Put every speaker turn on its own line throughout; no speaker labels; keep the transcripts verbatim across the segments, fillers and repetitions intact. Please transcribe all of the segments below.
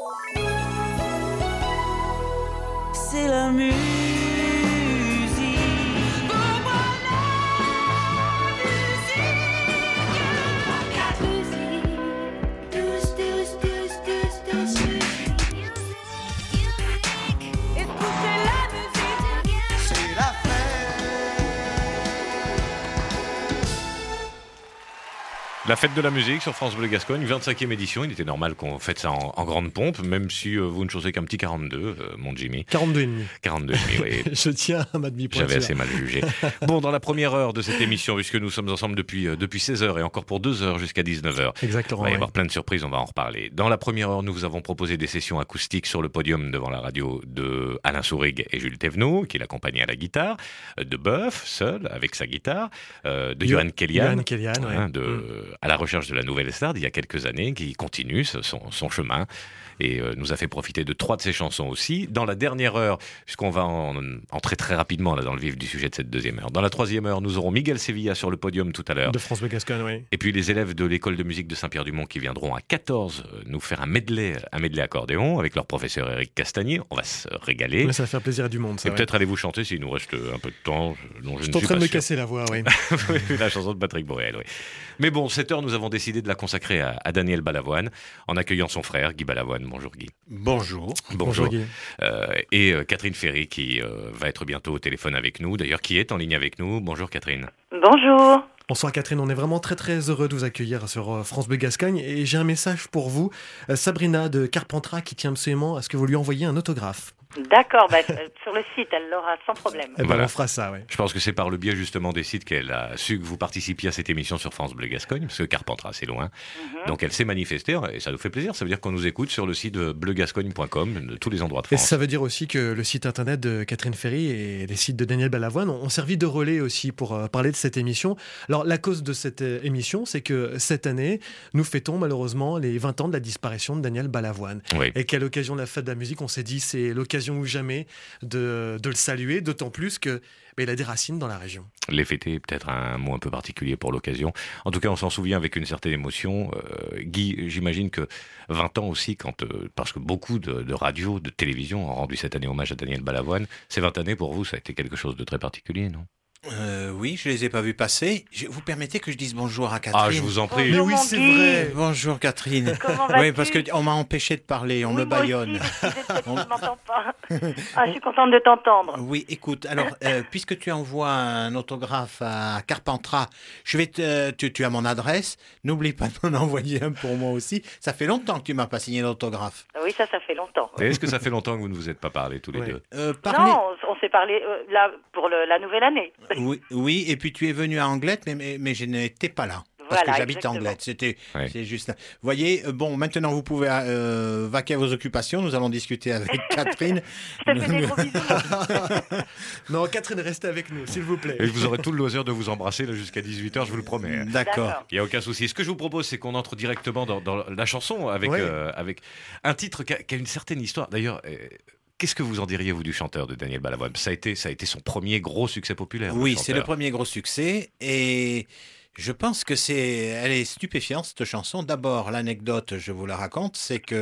C'est la musique. Pour moi, la musique. Douce, douce, douce, douce, douce musique. Écoutez la musique.
C'est la
La fête de la musique sur France Bleu Gascogne, vingt-cinquième édition. Il était normal qu'on fête ça en, en grande pompe, même si euh, vous ne chaussez qu'un petit quarante-deux, euh, mon Jimmy.
quarante-deux et demi.
quarante-deux et demi, oui.
Je tiens à ma demi-pointure.
J'avais assez mal jugé. Bon, dans la première heure de cette émission, puisque nous sommes ensemble depuis, euh, depuis seize heures et encore pour deux heures jusqu'à dix-neuf heures.
Exactement.
Il va y
oui.
avoir plein de surprises, on va en reparler. Dans la première heure, nous vous avons proposé des sessions acoustiques sur le podium devant la radio de Alain Sourig et Jules Thévenot, qui l'accompagnaient à la guitare, de Boeuf, seul, avec sa guitare, euh, de Johan Kellian,
Johan Kellian,
hein,
ouais.
de,
Mm.
à la recherche de la nouvelle star d'il y a quelques années, qui continue son, son chemin et euh, nous a fait profiter de trois de ses chansons aussi. Dans la dernière heure, puisqu'on va en, entrer très rapidement là, dans le vif du sujet de cette deuxième heure, dans la troisième heure, nous aurons Miguel Sevilla sur le podium tout à l'heure.
De France Bleu Gascogne, oui.
Et puis les élèves de l'école de musique de Saint-Pierre-du-Mont qui viendront à quatorze euh, nous faire un medley, un medley accordéon avec leur professeur Éric Castagnier. On va se régaler.
Mais ça va faire plaisir à du monde, ça.
Et
ouais.
peut-être allez-vous chanter s'il nous reste un peu de temps. Dont je
Je
ne
suis en
suis
train de
pas
me
sûr.
casser la voix, oui.
Oui, la chanson de Patrick Borel, oui. Mais bon, cette heure, nous avons décidé de la consacrer à, à Daniel Balavoine, en accueillant son frère, Guy Balavoine. Bonjour Guy.
Bonjour.
Bonjour.
Guy.
Euh, et euh, Catherine Ferry, qui euh, va être bientôt au téléphone avec nous, d'ailleurs, qui est en ligne avec nous. Bonjour Catherine.
Bonjour.
Bonsoir Catherine, on est vraiment très très heureux de vous accueillir sur euh, France Bleu Gascogne et j'ai un message pour vous, euh, Sabrina de Carpentras qui tient absolument à ce que vous lui envoyiez un autographe.
D'accord, bah, euh, sur le site, elle l'aura sans problème.
Eh ben,
Voilà.
on fera ça, ouais.
Je pense que c'est par le biais justement des sites qu'elle a su que vous participiez à cette émission sur France Bleu Gascogne, parce que Carpentras, c'est loin.
Mhm.
Donc elle s'est manifestée et ça nous fait plaisir. Ça veut dire qu'on nous écoute sur le site de bleugascogne point com de tous les endroits de
Et
France.
ça veut dire aussi que le site internet de Catherine Ferry et les sites de Daniel Balavoine ont servi de relais aussi pour euh, parler de cette émission. Alors la cause de cette euh, émission, c'est que cette année, nous fêtons malheureusement les vingt ans de la disparition de Daniel Balavoine.
Oui.
Et qu'à l'occasion de la fête de la musique, on s'est dit c'est l'occasion ou jamais de, de le saluer, d'autant plus que ben, il a des racines dans la région.
Les fêter, peut-être un mot un peu particulier pour l'occasion. En tout cas, on s'en souvient avec une certaine émotion. Euh, Guy, j'imagine que vingt ans aussi, quand, euh, parce que beaucoup de, de radios, de télévision ont rendu cette année hommage à Daniel Balavoine. Ces vingt années, pour vous, ça a été quelque chose de très particulier, non ?
Euh, oui, je les ai pas vus passer. Je, vous permettez que je dise bonjour à Catherine?
Ah, je vous en prie.
Bonjour,
Mais oui,
mon
c'est
Guy.
vrai.
Bonjour Catherine.
Comment vas-tu?
Oui, parce qu'on m'a empêché de parler, on
Oui,
me
moi
bâillonne.
aussi, parce que peut-être que je m'entends pas. Ah, je suis contente de t'entendre.
Oui, écoute, alors, euh, puisque tu envoies un autographe à Carpentras, je vais te, tu, tu as mon adresse, n'oublie pas de m'en envoyer un pour moi aussi. Ça fait longtemps que tu m'as pas signé l'autographe.
Oui, ça, ça fait longtemps.
Et est-ce que ça fait longtemps que vous ne vous êtes pas parlé tous les
Ouais.
deux ?
Euh, parmi-
Non, on, on s'est parlé euh, là pour le- la nouvelle année.
Oui, oui, et puis tu es venu à Anglette, mais, mais, mais je n'étais pas là. Parce
Voilà,
que j'habite
exactement.
Anglette, c'était
Ouais.
c'est juste là. Vous voyez, euh, bon, maintenant vous pouvez euh, vaquer à vos occupations. Nous allons discuter avec Catherine.
Je te fais des gros bisous.
Non, Catherine, restez avec nous, s'il vous plaît.
Et vous aurez tout le loisir de vous embrasser là, jusqu'à dix-huit heures, je vous le promets. hein.
D'accord.
D'accord.
Il n'y a aucun souci. Ce que je vous propose, c'est qu'on entre directement dans, dans la chanson avec,
Ouais.
euh, avec un titre qui a, qui a une certaine histoire. D'ailleurs, euh, qu'est-ce que vous en diriez, vous, du chanteur de Daniel Balavoine ? ça a, été, ça a été son premier gros succès populaire.
Oui, c'est le
chanteur.
premier gros succès et je pense que c'est, elle est stupéfiante cette chanson. D'abord, l'anecdote, je vous la raconte, c'est que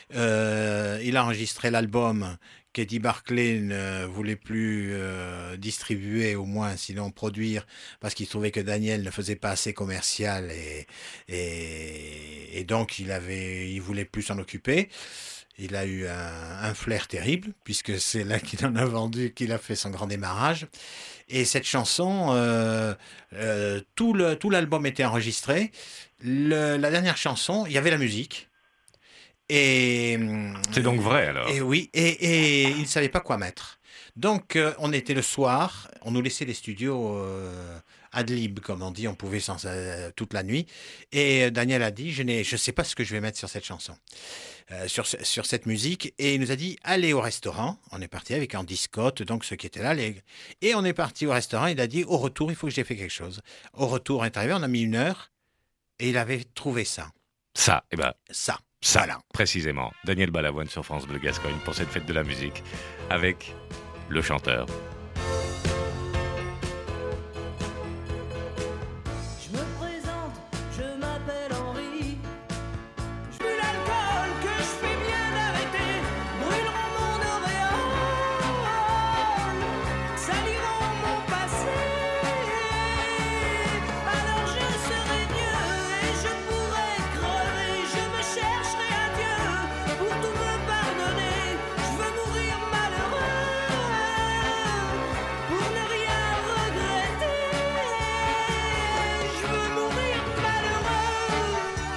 euh, il a enregistré l'album qu'Eddie Barclay ne voulait plus euh, distribuer, au moins sinon produire, parce qu'il trouvait que Daniel ne faisait pas assez commercial et, et, et donc il avait, il voulait plus s'en occuper. Il a eu un, un flair terrible, puisque c'est là qu'il en a vendu, qu'il a fait son grand démarrage. Et cette chanson, euh, euh, tout, le, tout l'album était enregistré. Le, la dernière chanson, il y avait la musique. Et,
C'est donc vrai, alors.
et oui, et, et il ne savait pas quoi mettre. Donc, euh, on était le soir, on nous laissait les studios euh, ad lib, comme on dit, on pouvait sans, euh, toute la nuit. Et Daniel a dit, je ne je sais pas ce que je vais mettre sur cette chanson, euh, sur, ce- sur cette musique. Et il nous a dit, allez au restaurant. On est parti avec Andy Scott, donc ceux qui étaient là. Les... Et on est parti au restaurant, il a dit, au retour, il faut que j'ai fait quelque chose. Au retour, on est arrivé, on a mis une heure, et il avait trouvé ça.
Ça, eh ben,
Ça.
ça,
Voilà.
précisément. Daniel Balavoine sur France Bleu Gascogne pour cette fête de la musique avec le chanteur.
Je me présente, je m'appelle Henri. Je bu l'alcool que je fais bien avec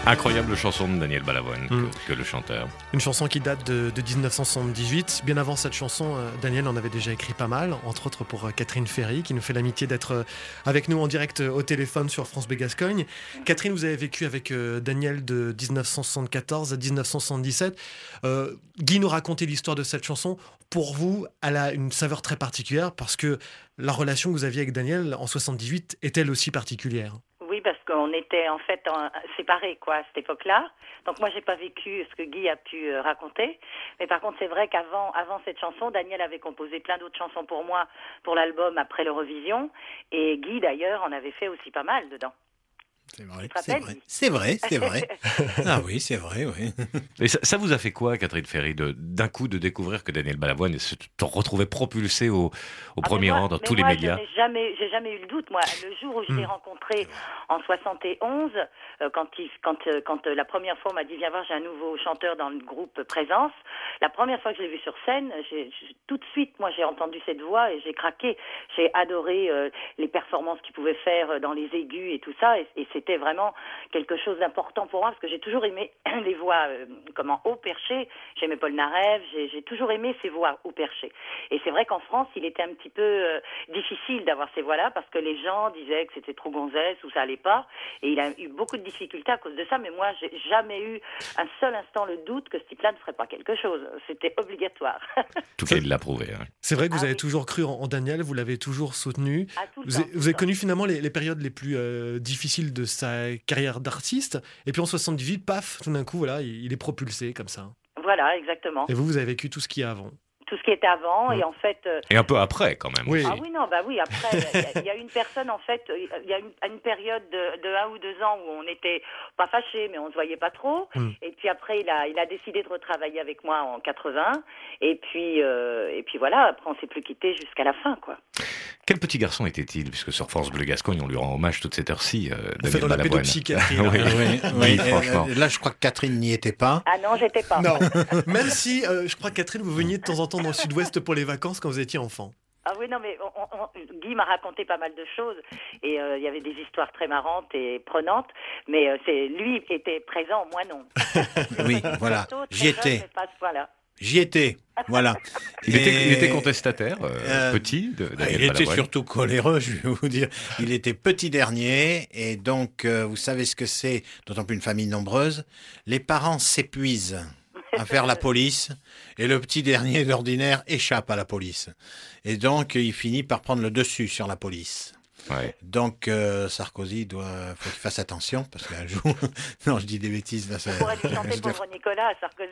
Incroyable chanson de Daniel Balavoine,
Mm.
que, que le chanteur.
Une chanson qui date de, de dix-neuf cent soixante-dix-huit. Bien avant cette chanson, euh, Daniel en avait déjà écrit pas mal, entre autres pour euh, Catherine Ferry, qui nous fait l'amitié d'être euh, avec nous en direct euh, au téléphone sur France Bleu Gascogne. Catherine, vous avez vécu avec euh, Daniel de dix-neuf cent soixante-quatorze à dix-neuf cent soixante-dix-sept. Euh, Guy nous racontait l'histoire de cette chanson. Pour vous, elle a une saveur très particulière parce que la relation que vous aviez avec Daniel en soixante-dix-huit est elle aussi particulière.
Oui, parce qu'on était en fait en- séparés quoi à cette époque-là. Donc moi j'ai pas vécu ce que Guy a pu euh, raconter, mais par contre c'est vrai qu'avant avant cette chanson, Daniel avait composé plein d'autres chansons pour moi pour l'album après l'Eurovision, et Guy d'ailleurs en avait fait aussi pas mal dedans.
C'est vrai,
Tu te
c'est
rappelles,
vrai,
Guy
c'est vrai, c'est vrai. Ah oui, c'est vrai, oui.
Et ça, ça vous a fait quoi, Catherine Ferry, de, d'un coup de découvrir que Daniel Balavoine se t- retrouvait propulsé au, au
Ah,
premier
mais moi-
rang dans
mais
tous les
moi,
médias?
Je n'ai jamais, j'ai jamais eu le doute. Moi, le jour où je l'ai
Mm.
rencontré en soixante et onze, euh, quand, il, quand, euh, quand euh, la première fois on m'a dit viens voir, j'ai un nouveau chanteur dans le groupe Présence. La première fois que je l'ai vu sur scène, j'ai, j'ai- tout de suite, moi, j'ai entendu cette voix et j'ai craqué. J'ai adoré euh, les performances qu'il pouvait faire euh, dans les aigus et tout ça, et, et c'était vraiment quelque chose d'important pour moi parce que j'ai toujours aimé les voix euh, comment haut perché. J'aimais Paul Narev, j'ai, j'ai toujours aimé ces voix haut perché. Et c'est vrai qu'en France, il était un petit peu euh, difficile d'avoir ces voix-là parce que les gens disaient que c'était trop gonzesse ou ça allait pas. Et il a eu beaucoup de difficultés à cause de ça. Mais moi, j'ai jamais eu un seul instant le doute que ce type-là ne ferait pas quelque chose. C'était obligatoire.
En tout cas, il l'a prouvé. hein.
C'est vrai que vous
Ah
avez
oui.
toujours cru en, en Daniel, vous l'avez toujours soutenu.
À tout le
Vous
temps,
avez,
tout
vous
le
avez
temps.
connu finalement les, les périodes les plus euh, difficiles de sa carrière d'artiste. Et puis en soixante-dix-huit, paf, tout d'un coup, voilà, il, il est propulsé comme ça.
Voilà, exactement.
Et vous, vous avez vécu tout ce qu'il y a avant.
Tout ce qui était avant.
Mm.
Et en fait... euh,
Et un peu après, quand même.
Oui.
aussi.
Ah oui, non, bah oui, après, il y a- il y, a une personne, en fait, euh, il y a une, une période de, de un ou deux ans où on n'était pas fâchés, mais on se voyait pas trop.
Mm.
Et puis après, il a, il a décidé de retravailler avec moi en quatre-vingts. Et puis, euh, et puis voilà, après, on s'est plus quittés jusqu'à la fin, quoi.
Quel petit garçon était-il? Puisque sur France Bleu Gascogne, on lui rend hommage toute cette heure-ci. Euh,
On fait
Daniel
dans la
Balavoine.
pédopsychiatrie. là.
Oui.
Oui,
Oui,
oui,
franchement.
euh, là, je crois que Catherine n'y était pas.
Ah non, j'étais pas.
Non, même si euh, je crois que Catherine, vous veniez de temps en temps dans le sud-ouest pour les vacances quand vous étiez enfant.
Ah oui, non, mais on- on- Guy m'a raconté pas mal de choses et euh, il y avait des histoires très marrantes et prenantes, mais euh, c'est lui était présent, moi non.
Oui, voilà.
Plutôt très
J'y
jeune,
étais.
mais pas à ce point-là.
J'y étais. Voilà.
Il, était, il
Et-
était contestataire, euh,
Euh,
petit, de
Ah,
Daniel
il était
Balavoine.
surtout coléreux, je vais vous dire. Il était petit dernier, et donc, euh, vous savez ce que c'est, d'autant plus une famille nombreuse. Les parents s'épuisent à faire la police, et le petit dernier d'ordinaire échappe à la police. Et donc, il finit par prendre le dessus sur la police.
Ouais.
Donc, euh, Sarkozy doit, faut qu'il fasse attention, parce qu'un jour, non, je dis des bêtises, là, ça-
On pourrait lui chanter
je-
Pauvre Nicolas à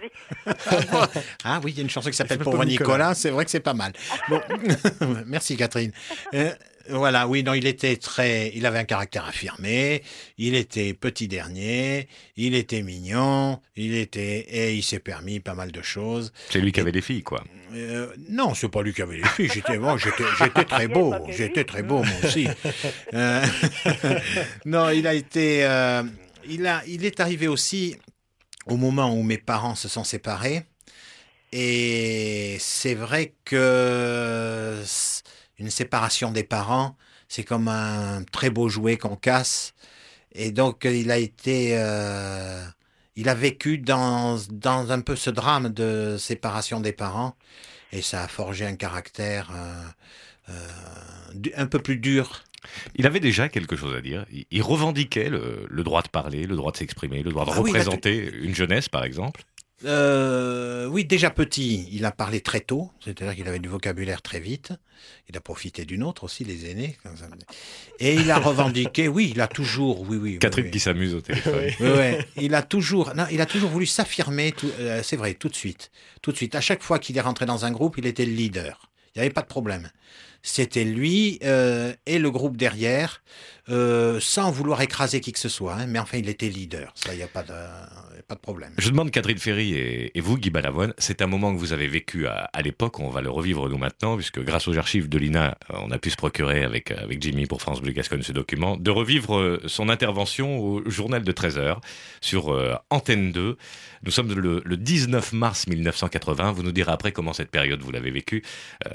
Sarkozy.
Ah oui, il y a une chanson qui s'appelle
s'appelle
Pauvre
Pauvre
Nicolas,
Nicolas.
c'est vrai que c'est pas mal. Bon, merci Catherine. Euh, voilà, oui, non, il était très, il avait un caractère affirmé, il était petit dernier, il était mignon, il était, et il s'est permis pas mal de choses.
C'est lui qui avait les filles, quoi.
Euh, non, c'est pas lui qui avait les filles, j'étais bon, j'étais, j'étais très beau,
Pas que lui.
j'étais très beau moi aussi. Euh, non, il a été, euh, il a, il est arrivé aussi au moment où mes parents se sont séparés. Et c'est vrai que c- une séparation des parents, c'est comme un très beau jouet qu'on casse. Et donc, il a été, euh, il a vécu dans, dans un peu ce drame de séparation des parents. Et ça a forgé un caractère euh, euh, du- un peu plus dur.
Il avait déjà quelque chose à dire. Il, il revendiquait le, le droit de parler, le droit de s'exprimer, le droit de
Ah oui, il a
représenter une jeunesse, par exemple.
Euh, oui, déjà petit, il a parlé très tôt, c'est-à-dire qu'il avait du vocabulaire très vite. Il a profité d'une autre aussi, les aînés. Et il a revendiqué, oui, il a toujours, oui, oui.
Catherine
oui,
qui s'amuse au téléphone.
oui, oui. Il a toujours, non, il a toujours voulu s'affirmer. tout- euh, c'est vrai, tout de suite, tout de suite. À chaque fois qu'il est rentré dans un groupe, il était le leader. Il n'y avait pas de problème. C'était lui euh, et le groupe derrière, euh, sans vouloir écraser qui que ce soit. Hein, mais enfin, il était leader. Ça, il n'y a pas de, pas de problème.
Je demande Catherine Ferry et, et vous, Guy Balavoine, c'est un moment que vous avez vécu à, à l'époque, on va le revivre nous maintenant, puisque grâce aux archives de l'I N A, on a pu se procurer avec, avec Jimmy pour France Bleu Gascogne ce document, de revivre euh, son intervention au journal de treize heures sur euh, Antenne deux. Nous sommes le, le dix-neuf mars mille neuf cent quatre-vingts, vous nous direz après comment cette période vous l'avez vécue. Euh,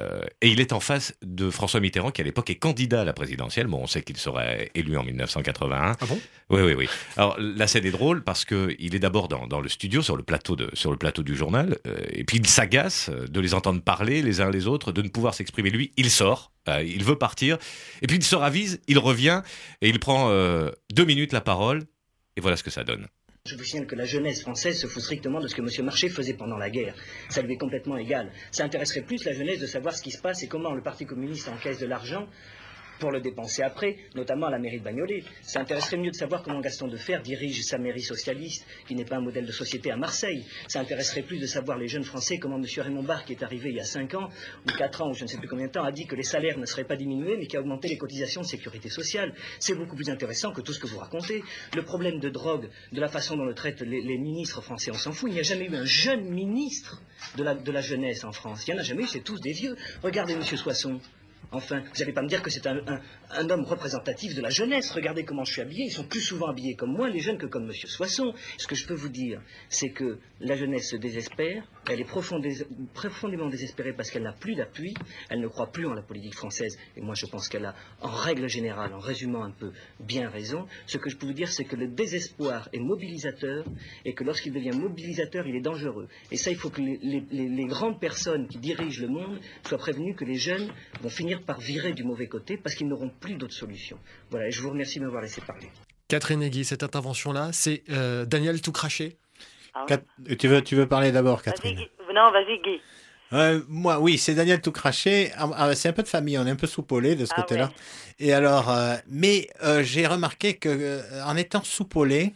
Euh, et il est en face de François Mitterrand, qui à l'époque est candidat à la présidentielle. Bon, on sait qu'il sera élu en mille neuf cent quatre-vingt-un.
Ah bon?
Oui, oui, oui. Alors, la scène est drôle parce qu'il est d'abord dans, dans le studio, sur le plateau, de, sur le plateau du journal, euh, et puis il s'agace de les entendre parler les uns les autres, de ne pouvoir s'exprimer. Lui, il sort, euh, il veut partir, et puis il se ravise, il revient, et il prend euh, deux minutes la parole, et voilà ce que ça donne.
Je vous signale que la jeunesse française se fout strictement de ce que M. Marché faisait pendant la guerre. Ça lui est complètement égal. Ça intéresserait plus la jeunesse de savoir ce qui se passe et comment le Parti communiste encaisse de l'argent pour le dépenser après, notamment à la mairie de Bagnolet. Ça intéresserait mieux de savoir comment Gaston Defferre dirige sa mairie socialiste, qui n'est pas un modèle de société à Marseille. Ça intéresserait plus de savoir les jeunes Français comment M. Raymond Barre, qui est arrivé il y a cinq ans, ou quatre ans, ou je ne sais plus combien de temps, a dit que les salaires ne seraient pas diminués, mais qui a augmenté les cotisations de sécurité sociale. C'est beaucoup plus intéressant que tout ce que vous racontez. Le problème de drogue, de la façon dont le traitent les, les ministres français, on s'en fout. Il n'y a jamais eu un jeune ministre de la, de la jeunesse en France. Il n'y en a jamais eu, c'est tous des vieux. Regardez M. Soisson. Enfin, vous n'allez pas me dire que c'est un, un, un homme représentatif de la jeunesse. Regardez comment je suis habillé. Ils sont plus souvent habillés comme moi, les jeunes, que comme M. Soisson. Ce que je peux vous dire, c'est que la jeunesse se désespère. Elle est profondé- profondément désespérée parce qu'elle n'a plus d'appui. Elle ne croit plus en la politique française. Et moi, je pense qu'elle a, en règle générale, en résumant un peu, bien raison. Ce que je peux vous dire, c'est que le désespoir est mobilisateur et que lorsqu'il devient mobilisateur, il est dangereux. Et ça, il faut que les, les, les, les grandes personnes qui dirigent le monde soient prévenues que les jeunes vont finir par virer du mauvais côté parce qu'ils n'auront plus d'autre solution. Voilà, et je vous remercie de m'avoir laissé parler.
Catherine et Guy, cette intervention-là, c'est euh, Daniel tout craché.
Ah,
Cat- tu, veux, tu veux parler d'abord,
vas-y,
Catherine?
Guy. Non, vas-y, Guy.
Euh, moi, oui, c'est Daniel tout craché. Ah, ah, c'est un peu de famille, on est un peu soupolé de ce
Ah
côté-là.
ouais.
Et alors, euh, mais euh, j'ai remarqué que euh, en étant soupolé,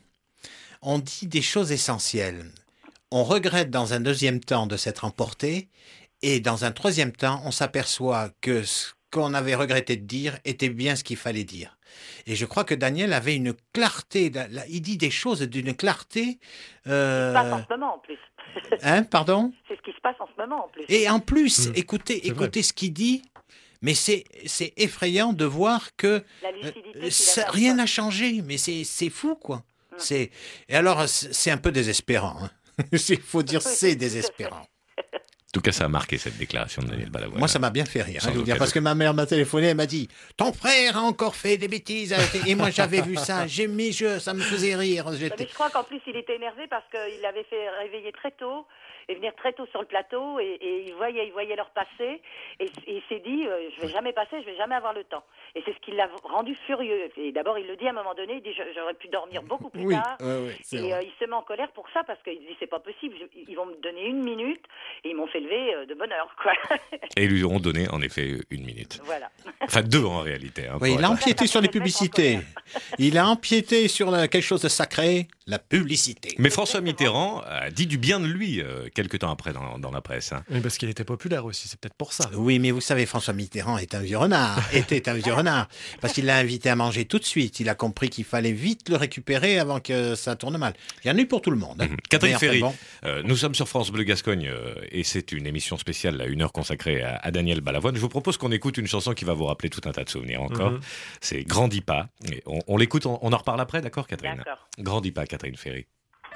on dit des choses essentielles. On regrette dans un deuxième temps de s'être emporté, et dans un troisième temps, on s'aperçoit que ce qu'on avait regretté de dire était bien ce qu'il fallait dire. Et je crois que Daniel avait une clarté, il dit des choses d'une clarté. Euh...
Ce qui se passe en ce moment, en plus.
Hein, pardon?
C'est ce qui se passe en ce moment, en plus.
Et en plus,
Mmh.
écoutez,
C'est
écoutez ce qu'il dit, mais c'est, c'est effrayant de voir que
La lucidité
euh,
qu'il
ça-
avait.
rien n'a changé, mais c'est, c'est fou, quoi.
Mmh.
C'est, et alors, c'est c'est un peu désespérant. hein. Il faut dire, c'est désespérant.
En tout cas, ça a marqué cette déclaration de Daniel Balavoine.
Moi, ça m'a bien fait rire,
Sans
hein, je vous
doute
dire,
qu'elle-
parce que ma mère m'a téléphoné, elle m'a dit « Ton frère a encore fait des bêtises !» Et moi, j'avais vu ça, j'ai mis jeu, ça me faisait rire.
Mais
J'étais...
je crois qu'en plus, il était énervé parce qu'il l'avait fait réveiller très tôt et venir très tôt sur le plateau et, et il voyait, il voyait leur passer et, et il s'est dit euh, je vais jamais passer, je vais jamais avoir le temps. Et c'est ce qui l'a rendu furieux. Et d'abord, il le dit à un moment donné, il dit je- j'aurais pu dormir beaucoup plus
Oui,
tard.
ouais, ouais, c'est
Et
vrai.
euh, il se met en colère pour ça parce qu'il dit c'est pas possible, je- ils vont me donner une minute et ils m'ont fait lever euh, de bonne heure, quoi.
Et ils lui ont donné, en effet, une minute.
Voilà.
Enfin, deux en réalité. hein,
Oui,
pour
il a
être-
empiété sur les
Ça, ça me met très en
publicités.
colère.
Il a empiété sur la- quelque chose de sacré, la publicité.
Mais François Mitterrand a dit du bien de lui euh, quelques temps après dans, dans la presse. hein.
Oui, parce qu'il était populaire aussi, c'est peut-être pour ça.
Oui, mais vous savez, François Mitterrand est un vieux renard, était un vieux renard, parce qu'il l'a invité à manger tout de suite. Il a compris qu'il fallait vite le récupérer avant que ça tourne mal. Il y en a eu pour tout le monde. hein.
Mhm. Catherine
Mais enfin,
Ferry,
bon.
euh, nous sommes sur France Bleu Gascogne euh, et c'est une émission spéciale, là, une heure consacrée à, à Daniel Balavoine. Je vous propose qu'on écoute une chanson qui va vous rappeler tout un tas de souvenirs encore.
Mhm.
C'est Grandis pas. Et on on l'écoute, on, on en reparle après, d'accord, Catherine?
D'accord.
Grandis pas, Catherine Ferry.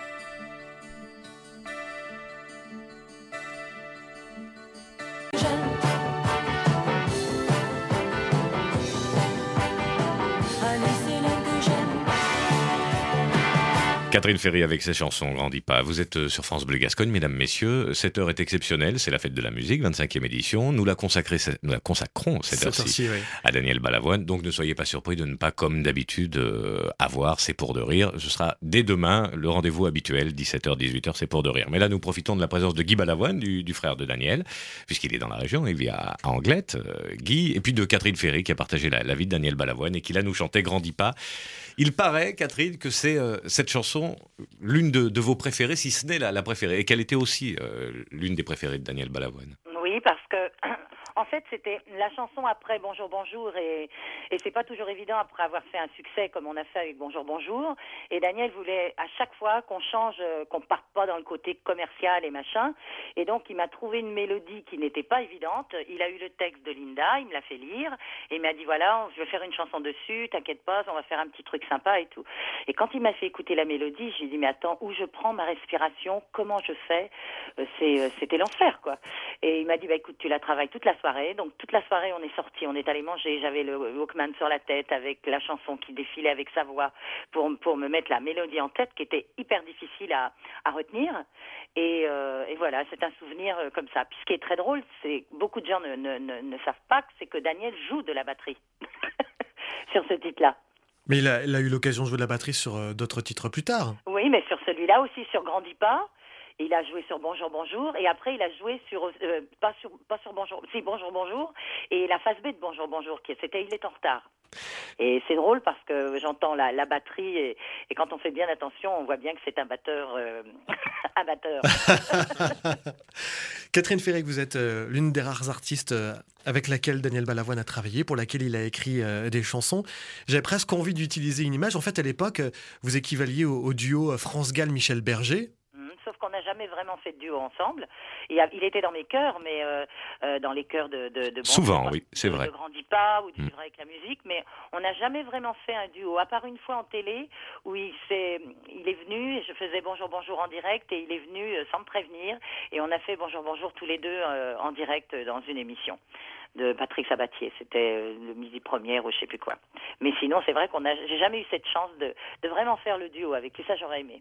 Allez, c'est l'heure que j'aime.
Catherine Ferry avec ses chansons Grandis pas. Vous êtes euh, sur France Bleu Gascogne, mesdames, messieurs. Cette heure est exceptionnelle, c'est la fête de la musique, vingt-cinquième édition. Nous la, consacré- nous la consacrons cette
Cette
heure-ci
heure-ci, oui.
à Daniel Balavoine. Donc ne soyez pas surpris de ne pas, comme d'habitude, euh, avoir C'est pour de rire. Ce sera dès demain le rendez-vous habituel, dix-sept heures, dix-huit heures, C'est pour de rire. Mais là, nous profitons de la présence de Guy Balavoine, du, du frère de Daniel, puisqu'il est dans la région, il vit à, à Anglette, euh, Guy, et puis de Catherine Ferry, qui a partagé la, la vie de Daniel Balavoine et qui là nous chantait Grandis pas. Il paraît, Catherine, que c'est euh, cette chanson l'une de, de vos préférées, si ce n'est la, la préférée, et qu'elle était aussi euh, l'une des préférées de Daniel Balavoine.
Oui, parce que en fait, c'était la chanson après Bonjour Bonjour et, et c'est pas toujours évident après avoir fait un succès comme on a fait avec Bonjour Bonjour. Et Daniel voulait à chaque fois qu'on change, euh, qu'on parte pas dans le côté commercial et machin. Et donc, il m'a trouvé une mélodie qui n'était pas évidente. Il a eu le texte de Linda, il me l'a fait lire et il m'a dit voilà, je vais faire une chanson dessus, t'inquiète pas, on va faire un petit truc sympa et tout. Et quand il m'a fait écouter la mélodie, j'ai dit mais attends, où je prends ma respiration, comment je fais? Euh, c'est, euh, c'était l'enfer, quoi. Et il m'a dit bah écoute, tu la travailles toute la soirée. soirée. Donc toute la soirée, on est sortis, on est allé manger. J'avais le Walkman sur la tête avec la chanson qui défilait avec sa voix pour, pour me mettre la mélodie en tête, qui était hyper difficile à, à retenir. Et, euh, et voilà, c'est un souvenir euh, comme ça. Puis ce qui est très drôle, c'est beaucoup de gens ne, ne, ne, ne savent pas que c'est que Daniel joue de la batterie sur ce titre-là.
Mais il a, il a eu l'occasion de jouer de la batterie sur euh, d'autres titres plus tard.
Oui, mais sur celui-là aussi, sur Grandis pas. Il a joué sur Bonjour Bonjour et après il a joué sur euh, pas sur pas sur Bonjour, si Bonjour Bonjour et la phase B de Bonjour Bonjour qui c'était Il est en retard. Et c'est drôle parce que j'entends la, la batterie et, et quand on fait bien attention, on voit bien que c'est un batteur euh, un batteur.
Catherine Ferry, vous êtes euh, l'une des rares artistes euh, avec laquelle Daniel Balavoine a travaillé, pour laquelle il a écrit euh, des chansons. J'avais presque envie d'utiliser une image. En fait, à l'époque, euh, vous équivaliez au, au duo France Gall-Michel Berger.
Sauf qu'on n'a jamais vraiment fait de duo ensemble. Il, a, il était dans mes chœurs, mais euh, euh, dans les chœurs de, de, de
Souvent,
bon,
oui, c'est
de,
vrai.
De Grandis pas ou de
Mm.
Vivre avec la musique, mais on n'a jamais vraiment fait un duo. À part une fois en télé où il, s'est, il est venu et je faisais Bonjour Bonjour en direct et il est venu euh, sans me prévenir et on a fait Bonjour Bonjour tous les deux euh, en direct dans une émission de Patrick Sabatier. C'était euh, le midi première ou je sais plus quoi. Mais sinon, c'est vrai qu'on a, j'ai jamais eu cette chance de, de vraiment faire le duo avec lui. Ça, j'aurais aimé.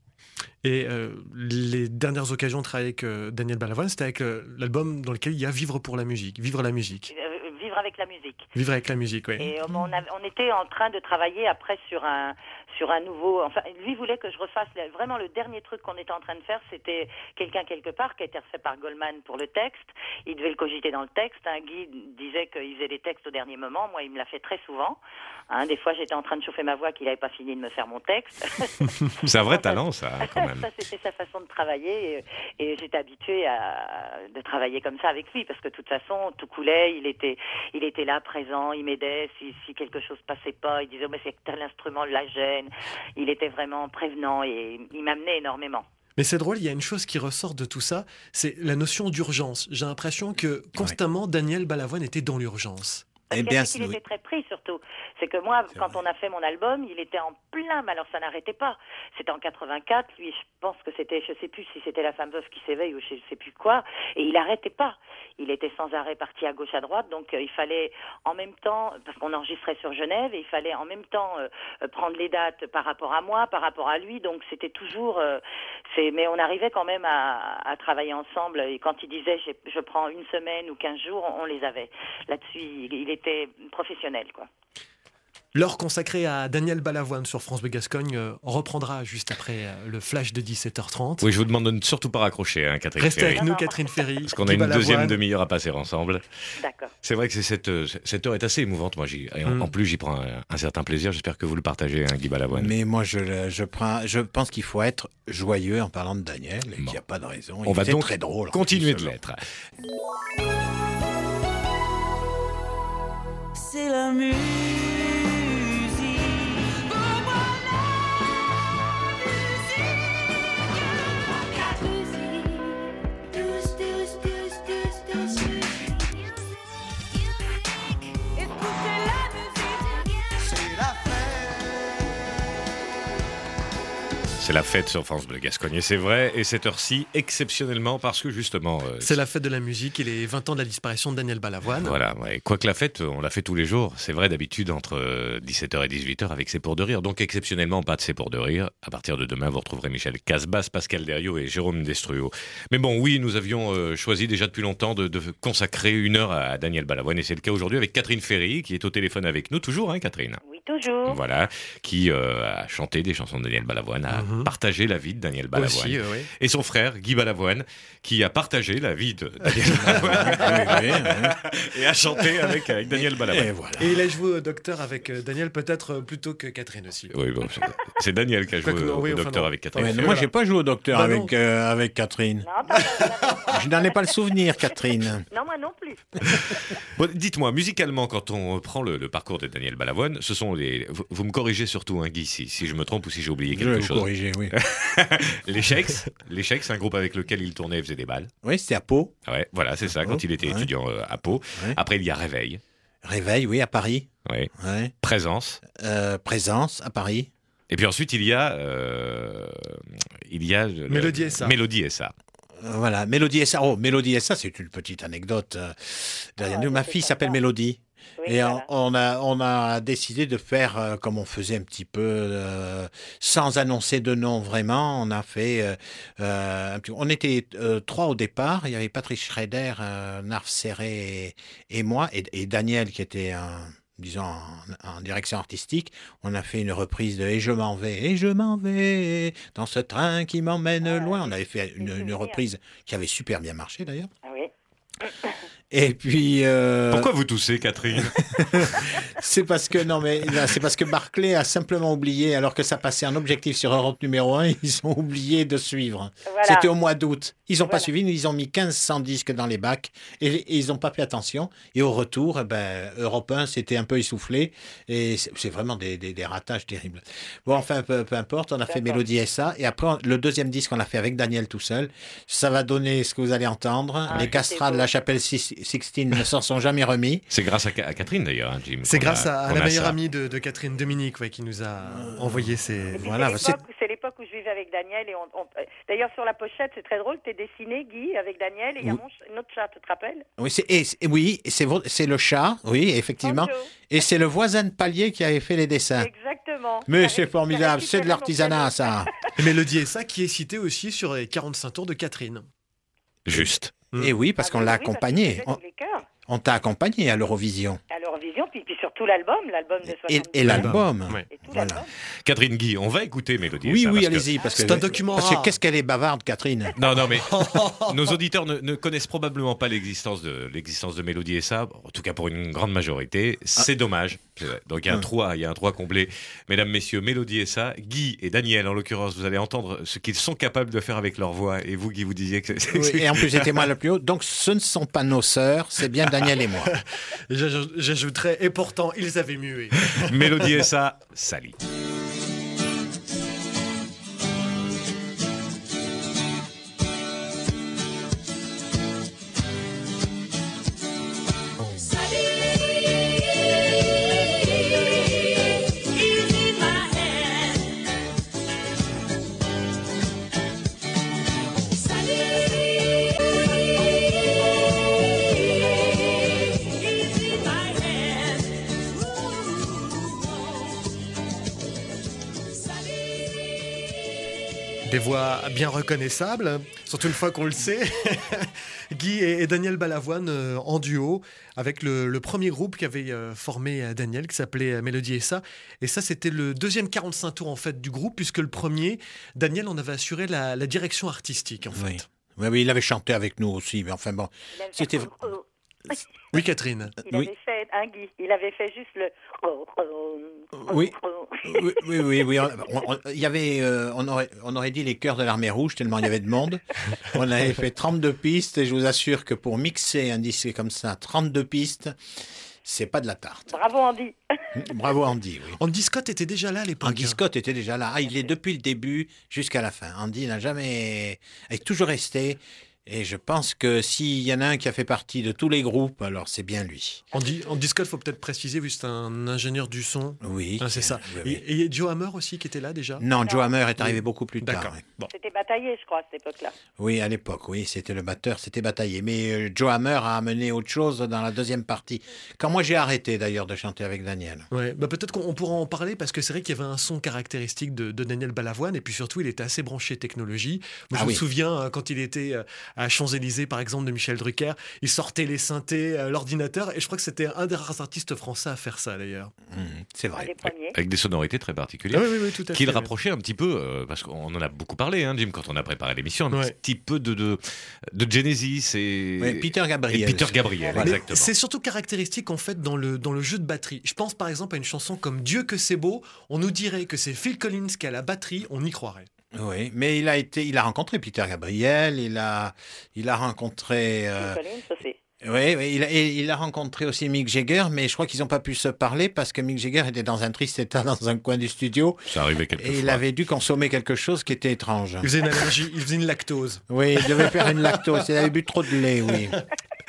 Et euh, les dernières occasions de travailler avec euh, Daniel Balavoine, c'était avec euh, l'album dans lequel il y a Vivre pour la musique, Vivre la musique.
Euh, vivre avec la musique.
Vivre avec la musique, oui.
Et on, a, on était en train de travailler après sur un sur un nouveau. Enfin, lui voulait que je refasse le, vraiment le dernier truc qu'on était en train de faire, c'était Quelqu'un quelque part qui a été refait par Goldman pour le texte. Il devait le cogiter dans le texte. Hein. Guy disait qu'il faisait des textes au dernier moment. Moi, il me l'a fait très souvent. Hein, des fois, j'étais en train de chauffer ma voix qu'il n'avait pas fini de me faire mon texte.
C'est un vrai talent, ça, quand même.
Ça, c'était sa façon de travailler et, et j'étais habituée à de travailler comme ça avec lui parce que de toute façon, tout coulait. Il était, il était là, présent, il m'aidait. Si, si quelque chose passait pas, il disait oh, mais c'est que tel instrument la gêne. Il était vraiment prévenant et il m'amenait énormément.
Mais c'est drôle, il y a une chose qui ressort de tout ça, c'est la notion d'urgence. J'ai l'impression que constamment, ouais. Daniel Balavoine était dans l'urgence.
Parce
Eh bien,
qu'il
oui.
était très pris surtout. C'est que moi,
C'est
quand
vrai.
on a fait mon album, il était en plein, mais alors ça n'arrêtait pas. C'était en quatre-vingt-quatre, lui, je pense que c'était, je sais plus si c'était La femme veuve qui s'éveille ou je sais plus quoi, et il n'arrêtait pas. Il était sans arrêt parti à gauche, à droite, donc euh, il fallait en même temps, parce qu'on enregistrait sur Genève, et il fallait en même temps euh, prendre les dates par rapport à moi, par rapport à lui, donc c'était toujours... Euh, c'est, mais on arrivait quand même à, à travailler ensemble, et quand il disait je, je prends une semaine ou quinze jours, on, on les avait. Là-dessus, il, il était professionnel, quoi.
L'heure consacrée à Daniel Balavoine sur France Bleu Gascogne euh, reprendra juste après euh, le flash de dix-sept heures trente.
Oui, je vous demande de ne surtout pas raccrocher, hein, Catherine
Restez
Ferry.
avec nous, Catherine Ferry.
Parce qu'on a
Guy
une deuxième
Balavoine.
demi-heure à passer ensemble.
D'accord.
C'est vrai que c'est cette, euh, cette heure est assez émouvante. Moi, j'y, et en,
Mm.
en plus, j'y prends un, un certain plaisir. J'espère que vous le partagez, hein, Guy Balavoine.
Mais moi, je, le- je, prends, je pense qu'il faut être joyeux en parlant de Daniel et
Bon.
qu'il n'y a pas de raison.
On
Il
va
était
donc
très drôle. en
continuer
plus,
de
alors.
l'être.
C'est la musique. Pour moi, la musique. Douce, douce, douce, douce, douce. Écoutez la musique. C'est la
C'est la fête sur France Bleu Gascogne. Et c'est vrai, et cette heure-ci, exceptionnellement, parce que justement... euh,
C'est la fête de la musique et les vingt ans de la disparition de Daniel Balavoine.
Voilà, ouais. Quoique la fête, on la fait tous les jours. C'est vrai d'habitude entre euh, dix-sept heures et dix-huit heures avec C'est pour de rire. Donc exceptionnellement, pas de C'est pour de rire. À partir de demain, vous retrouverez Michel Casbas, Pascal Deriot et Jérôme Destruo. Mais bon, oui, nous avions euh, choisi déjà depuis longtemps de, de consacrer une heure à Daniel Balavoine. Et c'est le cas aujourd'hui avec Catherine Ferry, qui est au téléphone avec nous. Toujours, hein, Catherine?
Oui, toujours.
Voilà, qui euh, a chanté des chansons de Daniel Balavoine, a
Mhm.
partagé la vie de Daniel Balavoine.
Aussi, euh, oui.
Et son frère, Guy Balavoine, qui a partagé la vie de Daniel Balavoine.
Oui, oui,
Et a chanté avec, avec Daniel
oui.
Balavoine.
Et voilà.
Et il a joué au docteur avec euh, Daniel, peut-être euh, plutôt que Catherine aussi.
Oui, bon, c'est- c'est Daniel qui a joué
Quoique non,
au,
oui,
au
enfin
docteur
non.
avec Catherine.
Ouais,
Ferry.
moi, j'ai pas joué au docteur
Bah non.
avec, euh, avec Catherine.
Non, pas- pas-
Je n'en ai pas le souvenir, Catherine.
non, moi non plus.
Bon, dites-moi, musicalement, quand on prend le, le parcours de Daniel Balavoine, ce sont les. Vous, vous me corrigez surtout, hein, Guy, si, si je me trompe ou si j'ai oublié
Je vais
quelque
vous
chose.
corriger, oui.
Les Shakes, les Shakes, c'est un groupe avec lequel il tournait et faisait des balles.
Oui, c'était à Pau.
Ouais, voilà, c'est ça, quand il était
Ouais.
étudiant euh, à Pau.
Ouais.
Après, il y a Réveil,
Réveil, oui, à Paris.
ouais.
Ouais.
Présence.
Euh, Présence, à Paris.
Et puis ensuite, il y a. euh, il y a le-
Mélodie S A.
Mélodie S A.
Euh, Voilà, Mélodie S A. Oh, Mélodie S A, c'est une petite anecdote. euh, derrière
Ah,
nous. Ma
c'est
fille
sympa.
s'appelle Mélodie.
Oui,
Et
voilà.
on, on a, on a décidé de faire euh, comme on faisait un petit peu, euh, sans annoncer de nom vraiment. On a fait, euh, euh, un petit- on était euh, trois au départ. Il y avait Patrice Schrader, euh, Narf Serré et, et moi, et, et Daniel qui était un, disons, en, en direction artistique. On a fait une reprise de Et je m'en vais, et je m'en vais dans ce train qui m'emmène
Ah,
loin.
oui.
On avait fait une,
Des
une
souvenirs.
reprise qui avait super bien marché d'ailleurs.
Ah oui.
Et puis. euh,
Pourquoi vous toussez, Catherine?
C'est parce que non mais là, c'est parce que Barclay a simplement oublié alors que ça passait en objectif sur Europe numéro un, ils ont oublié de suivre.
Voilà.
C'était au mois d'août. Ils n'ont pas
Voilà.
suivi, ils ont mis mille cinq cents disques dans les bacs et, et ils n'ont pas fait attention. Et au retour, eh ben, Europe un s'était un peu essoufflé et c'est c'est vraiment des, des, des ratages terribles. Bon, enfin, peu, peu importe, on a fait
D'accord.
Mélodie S A et après on- le deuxième disque on l'a fait avec Daniel tout seul. Ça va donner ce que vous allez entendre.
Ah,
les
c'est
castrats de
beau.
la chapelle Six- Sixtine ne s'en sont jamais remis.
C'est grâce à, Ca- à Catherine d'ailleurs, hein, Jim.
C'est
qu'on
grâce
a-
à, à
qu'on
la
a
meilleure
ça.
amie de, de Catherine, Dominique, ouais, qui nous a envoyé ces.
Et puis
Voilà,
c'est
c'est-
l'époque où- c'est l'époque où je vivais avec Daniel. Et on, on- D'ailleurs, sur la pochette, c'est très drôle, tu es dessiné, Guy, avec Daniel, et il y a
Oui.
mon ch- notre chat, tu te rappelles?
Oui, c'est et- et oui, c'est vo- c'est le chat, oui, effectivement.
Bonjour.
Et c'est le voisin de palier qui avait fait les dessins.
Exactement.
Mais
T'as
c'est
récupéré-
formidable,
t'as
c'est de
récupéré mon
l'artisanat,
prénom.
ça.
Et Mélodie et ça, qui est cité aussi sur les quarante-cinq tours de Catherine.
Juste.
Et oui, parce
Ah
qu'on
oui,
l'a
oui, parce que
accompagné.
tu
On,
faisais tous les chœurs
on t'a accompagné à l'Eurovision.
à l'Eurovision, puis, puis surtout l'album, l'album de
Et,
soixante-dix.
et l'album.
Ouais.
Et tout
Voilà.
l'album.
Catherine Guy, on va écouter Mélodie.
Oui,
et ça,
oui,
parce que-
allez-y. Parce que,
C'est un document
Parce que
rare.
qu'est-ce qu'elle est bavarde, Catherine.
Non, non, mais nos auditeurs ne, ne connaissent probablement pas l'existence de l'existence de Mélodie et ça. En tout cas, pour une grande majorité, c'est dommage. C'est vrai. Donc il y a un
Hum.
trou, à- il y a un trou à combler. Mesdames, messieurs, Mélodie et ça, Guy et Daniel, en l'occurrence, vous allez entendre ce qu'ils sont capables de faire avec leur voix. Et vous, Guy, vous disiez que c'est-
Oui, et en plus, j'étais moi le plus haut. Donc, ce ne sont pas nos sœurs, c'est bien Daniel et moi.
Et j'aj- J'ajouterais, et pourtant, ils avaient mué.
Mélodie et ça, Sally.
Des voix bien reconnaissables, surtout une fois qu'on le sait. Guy et, et Daniel Balavoine euh, en duo avec le, le premier groupe qui avait euh, formé euh, Daniel, qui s'appelait euh, Mélodie et ça. Et ça, c'était le deuxième quarante-cinq tours en fait du groupe, puisque le premier, Daniel en avait assuré la, la direction artistique en fait.
Oui. Oui, oui, il avait chanté avec nous aussi, mais enfin bon.
Il avait-
C'était-
Oui, Catherine.
Il
Oui.
avait fait, hein, Guy, il avait fait juste le.
Oui. Oui, oui, oui. oui. On- on- Il y avait, euh, on, aurait, on aurait dit les chœurs de l'armée rouge, tellement il y avait de monde. On avait fait trente-deux pistes, et je vous assure que pour mixer un disque comme ça, trente-deux pistes, c'est pas de la tarte.
Bravo, Andy.
Bravo Andy, oui.
Andy Scott était déjà là à l'époque.
Andy Scott était déjà là. Ah, il est depuis le début jusqu'à la fin. Andy n'a jamais... est toujours resté. Et je pense que s'il y en a un qui a fait partie de tous les groupes, alors c'est bien lui.
Andy, Andy Scott, faut peut-être préciser, vu que c'est un ingénieur du son.
Oui.
Ah, c'est ça.
Oui, oui.
Et et il y a Joe Hammer aussi qui était là déjà.
Non, Joe
Non.
Hammer est arrivé beaucoup plus tard.
D'accord.
oui.
Bon.
C'était bataillé, je crois, à cette époque-là.
Oui, à l'époque, oui, c'était le batteur, c'était bataillé. Mais euh, Joe Hammer a amené autre chose dans la deuxième partie. Quand moi j'ai arrêté d'ailleurs de chanter avec Daniel.
Ouais, bah peut-être qu'on on pourra en parler parce que c'est vrai qu'il y avait un son caractéristique de, de Daniel Balavoine et puis surtout il était assez branché technologie. Moi,
Ah
je
oui.
me souviens euh, quand il était euh, à Champs-Élysées par exemple de Michel Drucker, il sortait les synthés, euh, l'ordinateur et je crois que c'était un des rares artistes français à faire ça d'ailleurs.
Hum, c'est
Un
vrai.
des premiers.
Avec des sonorités très particulières.
Ah oui, oui, oui, tout à
Qui le
fait.
rapprochait un petit peu, euh, parce qu'on en a beaucoup parlé, hein, Jim, quand on a préparé l'émission, un
Ouais.
petit peu de, de, de Genesis et,
Oui, Peter Gabriel.
et Peter Gabriel,
Mais
Mais
exactement.
c'est surtout caractéristique en fait dans le, dans le jeu de batterie. Je pense par exemple à une chanson comme Dieu que c'est beau, on nous dirait que c'est Phil Collins qui a la batterie, on y croirait.
Oui, mais il a été, il a rencontré Peter Gabriel, il a, il a rencontré. euh,
Phil Collins aussi.
Oui, oui, il a, et il a rencontré aussi Mick Jagger, mais je crois qu'ils n'ont pas pu se parler parce que Mick Jagger était dans un triste état dans un coin du studio
Ça arrivait quelquefois.
et il avait dû consommer quelque chose qui était étrange.
Il faisait une allergie, il faisait une lactose.
Oui, il devait faire une lactose, il avait bu trop de lait, oui.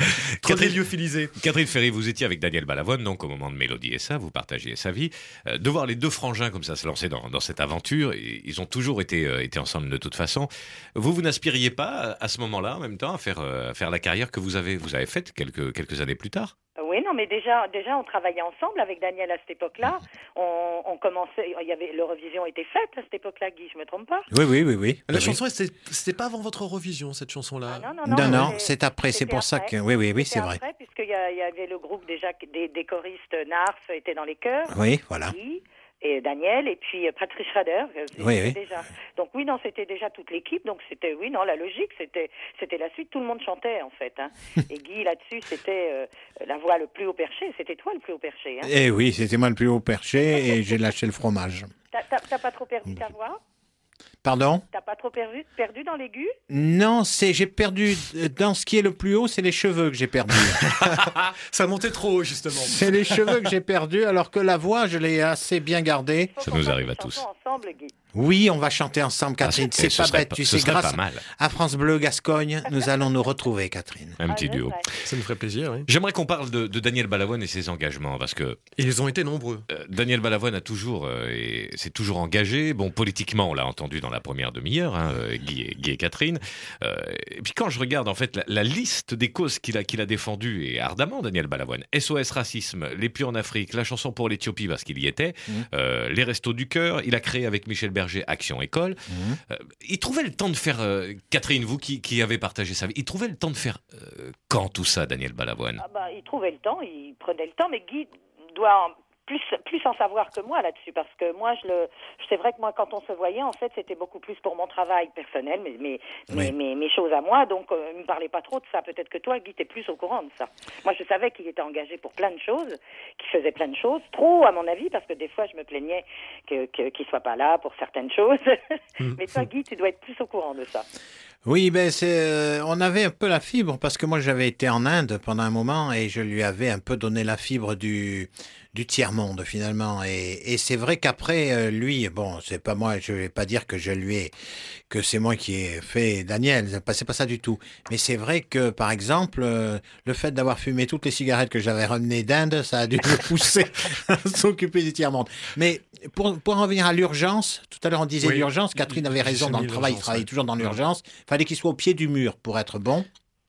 Catherine lyophilisée.
Catherine Ferry, vous étiez avec Daniel Balavoine, donc au moment de Mélodie et ça, vous partagiez sa vie. Euh, de voir les deux frangins comme ça se lancer dans, dans cette aventure, et ils ont toujours été, euh, été ensemble de toute façon. Vous, vous n'aspiriez pas à ce moment-là, en même temps, à faire, euh, à faire la carrière que vous avez, vous avez faite quelques, quelques années plus tard?
Oui, non, mais déjà, déjà, on travaillait ensemble avec Daniel à cette époque-là. On, on commençait, il y avait l'Eurovision était faite à cette époque-là, Guy, je me trompe pas?
Oui, oui, oui, oui.
La
oui,
chanson, c'était c'était pas avant votre Eurovision, cette
Ah,
chanson-là.
non, non,
oui. Non, non,
mais
c'est après, c'est
c'était
pour ça
après.
que... Oui, oui, oui, c'est
C'était
vrai.
après, puisqu'il y, a- il y avait le groupe déjà, des, des choristes Nars étaient dans les chœurs.
Oui, voilà.
Guy et Daniel, et puis euh, Patrice Schrader. euh, c'était
Oui, oui.
Déjà. Donc oui, non, c'était déjà toute l'équipe. Donc c'était, oui, non, la logique, c'était, c'était la suite. Tout le monde chantait en fait. Hein. Et Guy là-dessus, c'était euh, la voix le plus haut perché. C'était toi le plus haut perché. Hein.
Eh oui, c'était moi le plus haut perché et j'ai lâché le fromage.
T'as, t'as- t'as pas trop perdu ta voix?
Pardon?
T'as pas trop perdu, perdu dans l'aigu?
Non, c'est j'ai perdu euh, dans ce qui est le plus haut, c'est les cheveux que j'ai perdus.
Ça montait trop haut, justement.
C'est les cheveux que j'ai perdus, alors que la voix, je l'ai assez bien gardée.
Faut
Ça
qu'on
nous
fasse
arrive
une
à tous.
chanson ensemble, Guy.
Oui, on va chanter ensemble, Catherine.
Ah,
c'est
ce
pas
serait
bête, tu
ce
sais,
serait
grâce
pas mal.
à France Bleu Gascogne, nous allons nous retrouver, Catherine.
Un
Ah,
petit
je
duo.
sais.
Ça nous ferait plaisir, oui.
J'aimerais qu'on parle de, de Daniel Balavoine et ses engagements, parce que
Et ils ont été nombreux.
euh, Daniel Balavoine a toujours, euh, et s'est toujours engagé. Bon, politiquement, on l'a entendu dans la première demi-heure, hein, euh, Guy, et, Guy et Catherine. Euh, et puis quand je regarde en fait la, la liste des causes qu'il a, qu'il a défendues, et ardemment, Daniel Balavoine, S O S Racisme, Les Puits en Afrique, la chanson pour l'Éthiopie parce qu'il y était,
Mmh.
euh, les Restos du Cœur, il a créé avec Michel Berger Action École.
Mmh.
Euh, il trouvait le temps de faire, euh, Catherine, vous qui, qui avez partagé sa vie, il trouvait le temps de faire euh, quand tout ça, Daniel Balavoine?
Ah bah, il trouvait le temps, il prenait le temps, mais Guy doit en- plus, plus en savoir que moi là-dessus, parce que moi, je le, c'est vrai que moi, quand on se voyait, en fait, c'était beaucoup plus pour mon travail personnel, mes, mes,
Oui.
mes, mes, mes choses à moi, donc euh, il me parlait pas trop de ça. Peut-être que toi, Guy, t'es plus au courant de ça. Moi, je savais qu'il était engagé pour plein de choses, qu'il faisait plein de choses, trop à mon avis, parce que des fois, je me plaignais que, que, qu'il soit pas là pour certaines choses. Mais toi, Guy, tu dois être plus au courant de ça.
Oui, ben c'est, euh, on avait un peu la fibre parce que moi j'avais été en Inde pendant un moment et je lui avais un peu donné la fibre du du tiers monde finalement et, et c'est vrai qu'après euh, lui, bon, c'est pas moi, je vais pas dire que je lui ai que c'est moi qui ai fait Daniel, c'est pas, c'est pas ça du tout. Mais c'est vrai que par exemple euh, le fait d'avoir fumé toutes les cigarettes que j'avais ramenées d'Inde, ça a dû me pousser à s'occuper du tiers monde. Mais pour pour en revenir à l'urgence, tout à l'heure on disait
Oui.
l'urgence, Catherine avait raison
J'ai
dans
mis
le travail, il
l'urgence,
travaille
ouais.
toujours dans l'urgence. Fallait qu'il soit au pied du mur pour être bon.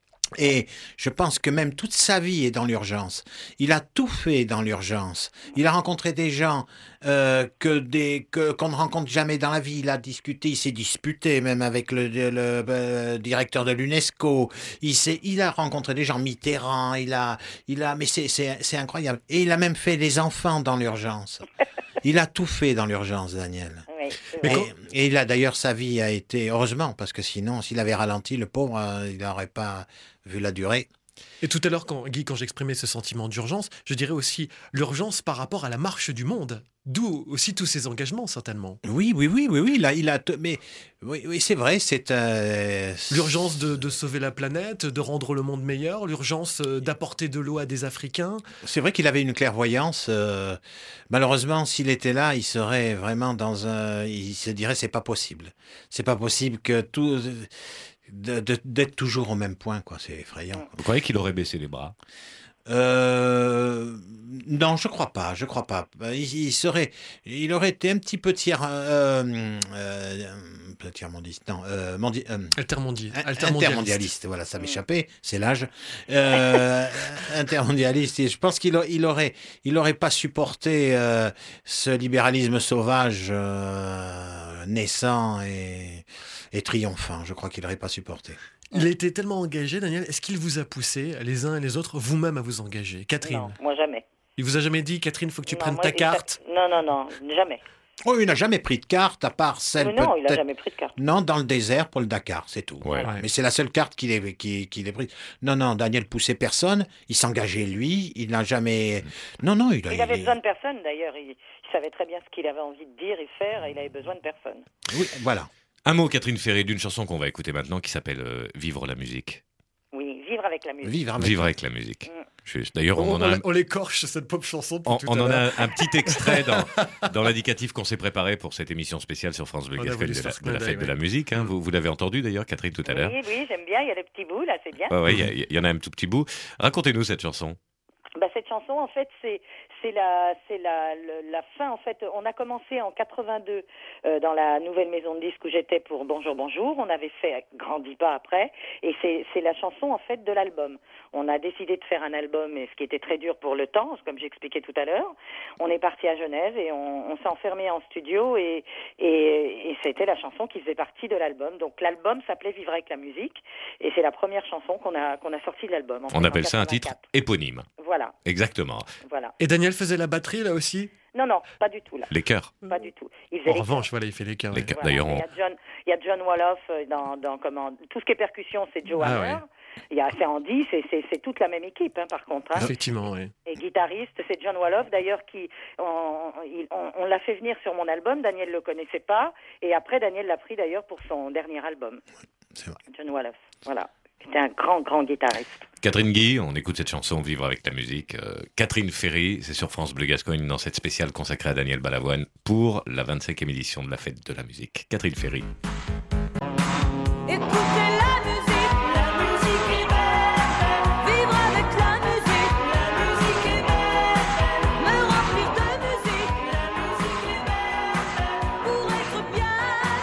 Et je pense que même toute sa vie est dans l'urgence. Il a tout fait dans l'urgence. Il a rencontré des gens euh, que des que qu'on ne rencontre jamais dans la vie. Il a discuté, il s'est disputé même avec le, le, le, euh, directeur de l'UNESCO. Il s'est, il a rencontré des gens, Mitterrand. Il a, il a, mais c'est c'est c'est incroyable. Et il a même fait des enfants dans l'urgence. Il a tout fait dans l'urgence, Daniel.
Oui, c'est
Et,
vrai.
et il a d'ailleurs sa vie a été heureusement parce que sinon s'il avait ralenti le pauvre euh, il n'aurait pas vu la durée.
Et tout à l'heure, quand, Guy, quand j'exprimais ce sentiment d'urgence, je dirais aussi l'urgence par rapport à la marche du monde. D'où aussi tous ces engagements, certainement.
Oui oui oui oui oui il a, il a t- mais oui oui c'est vrai c'est euh,
L'urgence de, de sauver la planète, de rendre le monde meilleur, l'urgence euh, d'apporter de l'eau à des Africains.
c'est vrai qu'il avait une clairvoyance. euh, malheureusement s'il était là il serait vraiment dans un il se dirait c'est pas possible c'est pas possible que tout de- de- d'être toujours au même point quoi c'est effrayant.
Vous croyez qu'il aurait baissé les bras?
Euh, non, je crois pas, je crois pas. Il, il serait, il aurait été un petit peu tiers, euh, euh, pas tiers-mondiste, non, euh, mondi- euh,
Altermondi-
in-
Altermondialiste.
intermondialiste, voilà, ça m'échappait, c'est l'âge. Euh, intermondialiste, et je pense qu'il a- il aurait, il aurait pas supporté euh, ce libéralisme sauvage euh, naissant et, et triomphant. Je crois qu'il aurait pas supporté.
Il a été tellement engagé, Daniel. Est-ce qu'il vous a poussé, les uns et les autres, vous-même à vous engager? Catherine,
Non, moi jamais.
il vous a jamais dit, Catherine, faut que tu
Non,
prennes
moi,
ta
il-
carte?
Non, non, non, jamais.
Oh, il n'a jamais pris de carte à part celle
Mais non, il n'a
peut-être-
jamais pris de carte.
Non, dans le désert pour le Dakar, c'est tout.
Ouais.
Ouais.
Mais c'est la seule carte qu'il ait, qu'il, qu'il ait prise. Non, non, Daniel poussait personne. Il s'engageait lui. Il n'a jamais. Non, non, il a.
Il avait
il-
besoin de personne d'ailleurs. Il, il savait très bien ce qu'il avait envie de dire et faire et il avait besoin de personne.
Oui, voilà.
Un mot, Catherine Ferry, d'une chanson qu'on va écouter maintenant qui s'appelle euh, Vivre la musique.
Oui, vivre avec la musique.
Vivre avec.
Vivre avec la musique.
Mm.
Juste. D'ailleurs, on,
On,
en a un,
on l'écorche, cette pop chanson. pour
on,
tout
on
à
en
l'heure.
a un petit extrait dans, dans l'indicatif qu'on s'est préparé pour cette émission spéciale sur France Bleu
On a
Gascogne
voulu
de
se
la,
faire
de la
clin
fête
d'œil,
de la
ouais.
musique. Hein.
Mm.
Vous, vous l'avez entendu d'ailleurs, Catherine, tout à l'heure.
Oui, oui, j'aime bien. Il y a le petit bout, là, c'est bien.
Ouais, ouais, il y, a- il y en a un tout petit bout. Racontez-nous cette chanson.
Bah, cette chanson, en fait, c'est c'est la c'est la, le- la fin. En fait, on a commencé en quatre-vingt-deux euh, dans la nouvelle maison de disques où j'étais pour Bonjour Bonjour. On avait fait Grandis pas après, et c'est c'est la chanson en fait de l'album. On a décidé de faire un album, et ce qui était très dur pour le temps, comme j'expliquais tout à l'heure. On est parti à Genève et on, on s'est enfermé en studio et et, et c'était la chanson qui faisait partie de l'album. Donc l'album s'appelait Vivre avec la musique, et c'est la première chanson qu'on a qu'on a sortie de l'album. en fait,
On
en
appelle ça un titre
quatre-vingt-quatre.
éponyme.
Voilà,
Exactement.
voilà.
Et Daniel faisait la batterie là aussi.
Non, non, pas du tout là.
Les chœurs.
Pas du tout. Il faisait
En
les
revanche, voilà, il fait les chœurs.
Les
ouais.
chœurs.
Voilà.
D'ailleurs,
Il y
on-
a John, il y a John Wolof euh, dans, dans comment, tout ce qui est percussion, c'est Joe
Ah
Hammer. Il y a c'est Andy, c'est, c'est, c'est toute la même équipe, hein, par contre. Hein.
Effectivement, oui.
Et guitariste, c'est John Wolof, d'ailleurs, qui on, il- on, on l'a fait venir sur mon album. Daniel le connaissait pas, et après Daniel l'a pris d'ailleurs pour son dernier album.
C'est vrai.
John Wolof, voilà. C'était un grand, grand guitariste.
Catherine Guy, on écoute cette chanson Vivre avec la musique. Euh, Catherine Ferry, c'est sur France Bleu Gascogne dans cette spéciale consacrée à Daniel Balavoine pour la vingt-cinquième édition de la fête de la musique. Catherine Ferry.
Écoutez la musique, la musique est belle. Vivre avec la musique, la musique est belle. Me remplir de musique, la musique est belle. Pour être bien,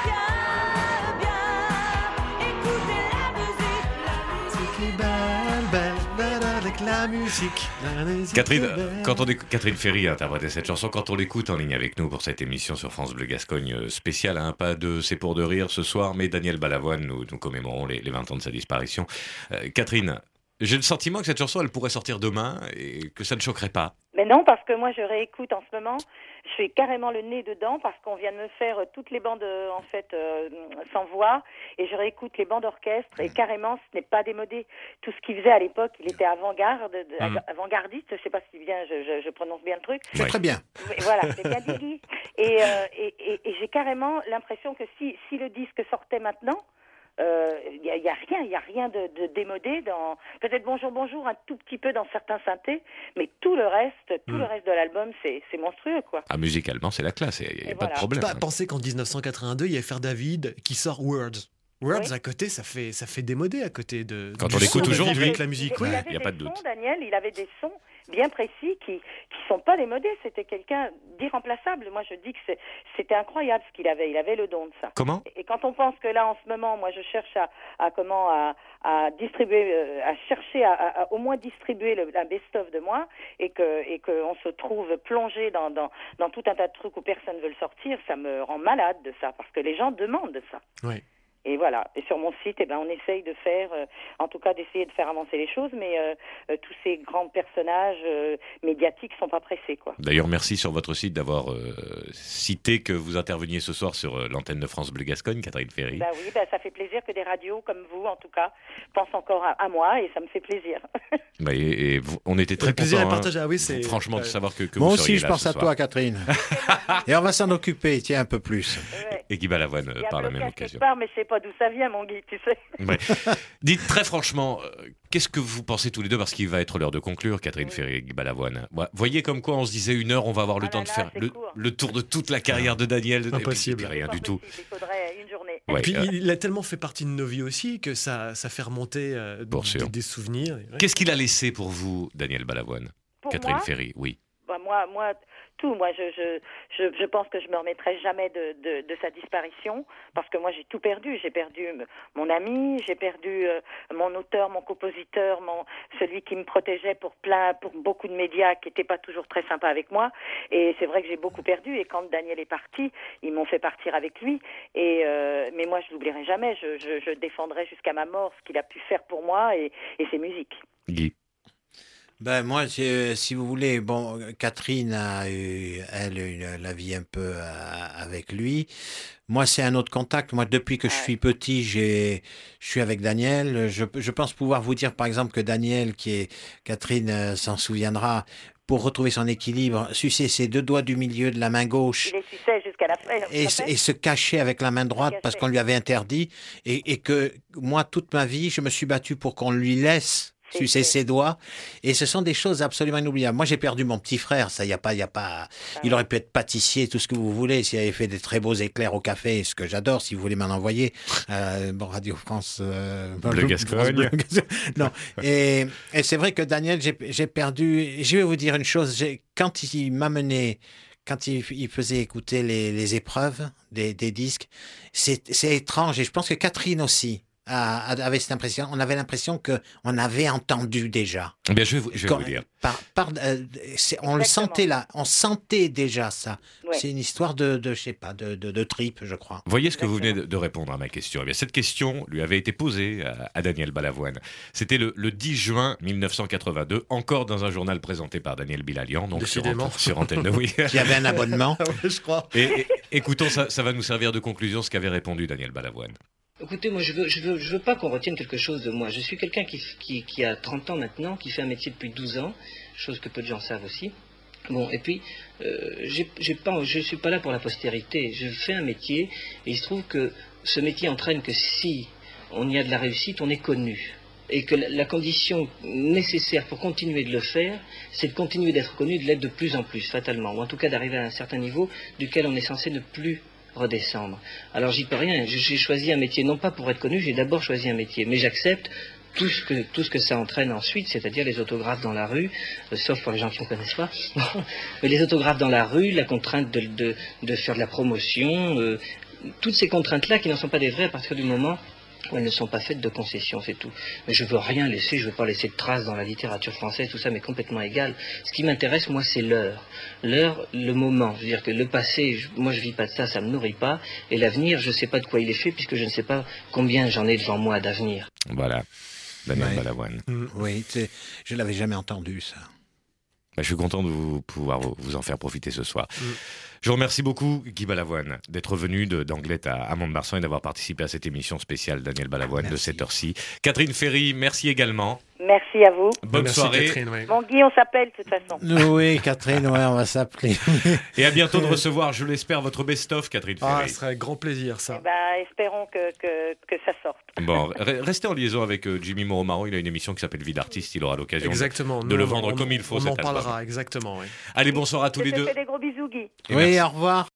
bien, bien. Écoutez la musique, la musique est belle.
Belle, belle, belle avec la musique. La musique
Catherine,
est belle.
quand on écoute, Catherine Ferry a interprété cette chanson, quand on l'écoute en ligne avec nous pour cette émission sur France Bleu Gascogne euh, spéciale, hein, pas de C'est pour de rire ce soir, mais Daniel Balavoine, nous, nous commémorons les, les vingt ans de sa disparition. Euh, Catherine, j'ai le sentiment que cette chanson, elle pourrait sortir demain et que ça ne choquerait pas.
Mais non, parce que moi je réécoute en ce moment, je fais carrément le nez dedans parce qu'on vient de me faire euh, toutes les bandes euh, en fait euh, sans voix et je réécoute les bandes orchestre et carrément ce n'est pas démodé. Tout ce qu'il faisait à l'époque, il était avant-garde, de-
Mhm.
avant-gardiste, je sais pas si bien je, je, je prononce bien le truc.
C'est
Ouais.
très bien.
Mais voilà, c'est bien dit. Et, euh, et, et, et j'ai carrément l'impression que si, si le disque sortait maintenant, il n'y a, y a rien, il y a rien de, de démodé dans peut-être Bonjour Bonjour un tout petit peu dans certains synthés, mais tout le reste, tout
Mm.
le reste de l'album, c'est, c'est monstrueux quoi.
Ah, musicalement, c'est la classe, il n'y a,
Et
pas
voilà.
de problème.
Bah,
hein.
pensez qu'en dix-neuf cent quatre-vingt-deux, il y a Faire David qui sort Words. Words
Oui.
à côté, ça fait, ça fait démodé à côté de.
Quand
du
on l'écoute
son de
aujourd'hui,
Vivre avec la musique.
Il,
ouais,
il
y
avait
a pas
des
de
sons,
doute.
Daniel, il avait des sons bien précis qui qui sont pas démodés. C'était quelqu'un d'irremplaçable. Moi, je dis que c'est, c'était incroyable ce qu'il avait. Il avait le don de ça.
Comment
Et quand on pense que là, en ce moment, moi, je cherche à, à comment à, à distribuer, euh, à chercher à, à- à au moins distribuer le, la best-of de moi, et que et que on se trouve plongé dans, dans dans tout un tas de trucs où personne veut le sortir, ça me rend malade de ça, parce que les gens demandent de ça.
Ouais.
Et voilà. Et sur mon site, eh ben, on essaye de faire, euh, en tout cas, d'essayer de faire avancer les choses, mais euh, euh, tous ces grands personnages euh, médiatiques sont pas pressés, quoi.
D'ailleurs, merci sur votre site d'avoir euh, cité que vous interveniez ce soir sur euh, l'antenne de France Bleu Gascogne, Catherine Ferry.
Bah oui, bah, ça fait plaisir que des radios comme vous, en tout cas, pensent encore à, à moi, et ça me fait plaisir.
Bah, et, et vous- on était très
Le plaisir
contents,
est
hein,
partagé. Ah oui, c'est.
franchement, de
ouais.
savoir que, que
Moi
vous
aussi,
seriez
je
là
pense
ce
à
soir.
toi, Catherine. Et on va s'en occuper, tiens, un peu plus.
Ouais.
Et Guy Balavoine euh,
Il y a
par
un
la même
blocage quelque
occasion.
part, mais je sais pas d'où ça vient, mon Guy, tu sais.
Ouais. Dites très franchement, euh, qu'est-ce que vous pensez tous les deux, parce qu'il va être l'heure de conclure, Catherine
Oui.
Ferry et Guy Balavoine. Ouais, voyez comme quoi on se disait une heure, on va avoir le
Ah
temps
là
de
là,
faire
c'est
le,
court.
le tour de toute la carrière de Daniel. Et puis-
Impossible.
et puis rien
Pas
du tout.
possible, Il faudrait une journée.
Ouais,
Puis
euh,
il a tellement fait partie de nos vies aussi que ça, ça fait remonter euh,
Bien
des,
sûr.
des souvenirs. Ouais.
Qu'est-ce qu'il a laissé pour vous, Daniel Balavoine?
Pour
Catherine
moi,
Ferry, oui.
bah, moi, moi, tout. Moi, je, je, je, je pense que je me remettrai jamais de, de, de sa disparition, parce que moi, j'ai tout perdu. J'ai perdu m- mon ami, j'ai perdu euh, mon auteur, mon compositeur, mon celui qui me protégeait pour plein, pour beaucoup de médias qui n'étaient pas toujours très sympas avec moi. Et c'est vrai que j'ai beaucoup perdu. Et quand Daniel est parti, ils m'ont fait partir avec lui. Et euh, mais moi, je l'oublierai jamais. Je, je, je défendrai jusqu'à ma mort ce qu'il a pu faire pour moi et, et ses musiques.
Guy.
Ben moi, si, si vous voulez, bon, Catherine a eu, elle, une- la vie un peu euh, avec lui. Moi, c'est un autre contact. Moi, depuis que je
Ouais.
suis petit, j'ai, je suis avec Daniel. Je, je pense pouvoir vous dire, par exemple, que Daniel, qui est, Catherine euh, s'en souviendra, pour retrouver son équilibre, sucer ses deux doigts du milieu de la main gauche
Il les suçait jusqu'à la fin.
et, s- et se cacher avec la main droite parce
cacher.
qu'on lui avait interdit, et, et que moi, toute ma vie, je me suis battu pour qu'on lui laisse
C'est-
sucer
c'est-
ses doigts. Et ce sont des choses absolument inoubliables. Moi, j'ai perdu mon petit frère. Ça, y a pas, y a pas. Il aurait pu être pâtissier, tout ce que vous voulez, s'il avait fait des très beaux éclairs au café, ce que j'adore. Si vous voulez m'en envoyer, euh, bon, Radio France, euh,
Bleu Gascogne.
non. Et, et c'est vrai que Daniel, j'ai j'ai perdu. Je vais vous dire une chose. j'ai- Quand il m'a mené. Quand il, il faisait écouter les, les épreuves des, des disques, c'est c'est étrange. Et je pense que Catherine aussi a- a- avait cette impression. On avait l'impression que on avait entendu déjà.
Eh bien, je vais vous, je vais
Quand-
vous dire.
par- par- euh, c'est- on le
Exactement.
sentait là. On sentait déjà ça.
Ouais.
C'est une histoire de, de je sais pas, de, de, de tripes, je crois.
Voyez ce que vous venez de, de répondre à ma question. Eh bien, cette question lui avait été posée à, à Daniel Balavoine. C'était le, le dix juin mille neuf cent quatre-vingt-deux, encore dans un journal présenté par Daniel Bilalian, donc sur,
Décidément.
Ante- sur Antenne. Oui.
Qui avait un abonnement.
Ouais, je crois.
Et, et- écoutons, ça, ça va nous servir de conclusion ce qu'avait répondu Daniel Balavoine.
Écoutez, moi, je veux, je veux, je veux pas qu'on retienne quelque chose de moi. Je suis quelqu'un qui, qui, qui a trente ans maintenant, qui fait un métier depuis douze ans, chose que peu de gens savent aussi. Bon, et puis, euh, j'ai, j'ai pas, je suis pas là pour la postérité. Je fais un métier, et il se trouve que ce métier entraîne que si on y a de la réussite, on est connu. Et que la, la condition nécessaire pour continuer de le faire, c'est de continuer d'être connu, de l'être de plus en plus, fatalement. Ou en tout cas d'arriver à un certain niveau duquel on est censé ne plus redescendre. Alors j'y peux rien, j'ai choisi un métier non pas pour être connu, j'ai d'abord choisi un métier, mais j'accepte tout ce que tout ce que ça entraîne ensuite, c'est-à-dire les autographes dans la rue, euh, sauf pour les gens qui ne connaissent pas, mais les autographes dans la rue, la contrainte de, de, de faire de la promotion, euh, toutes ces contraintes-là qui n'en sont pas des vraies à partir du moment où elles ne sont pas faites de concessions, c'est tout. Mais je veux rien laisser, je veux pas laisser de traces dans la littérature française, tout ça m'est complètement égal. Ce qui m'intéresse, moi, c'est l'heure. L'heure, le moment. Je veux dire que le passé, je- moi, je vis pas de ça, ça me nourrit pas. Et l'avenir, je sais pas de quoi il est fait, puisque je ne sais pas combien j'en ai devant moi d'avenir.
Voilà, Daniel
Ouais.
Balavoine.
Oui, c'est- je l'avais jamais entendu ça.
Bah, je suis content de vous, pouvoir vous, vous en faire profiter ce soir. Je vous remercie beaucoup, Guy Balavoine, d'être venu de- d'Anglette à, à Mont-de-Marsan et d'avoir participé à cette émission spéciale Daniel Balavoine de
Merci.
cette heure-ci. Catherine Ferry, merci également.
Merci à vous.
Bonne
Merci,
soirée.
Catherine, ouais.
Bon, Guy, on s'appelle de toute façon.
Oui, Catherine, ouais, on va s'appeler.
Et à bientôt de recevoir, je l'espère, votre best-of, Catherine
Ah,
Ferry.
ce serait avec grand plaisir,
Eh
ça.
ben, espérons que, que, que ça sorte.
Bon, re- restez en liaison avec euh, Jimmy Moromaro. Il a une émission qui s'appelle Vie d'artiste. Il aura l'occasion de-
Exactement.
de
Nous,
le
on-
vendre
on-
comme il faut,
On en
cet album.
parlera, exactement, oui.
Allez, bonsoir à tous
Je
les
te
deux.
fais des gros bisous, Guy.
Et
Oui,
merci.
au revoir.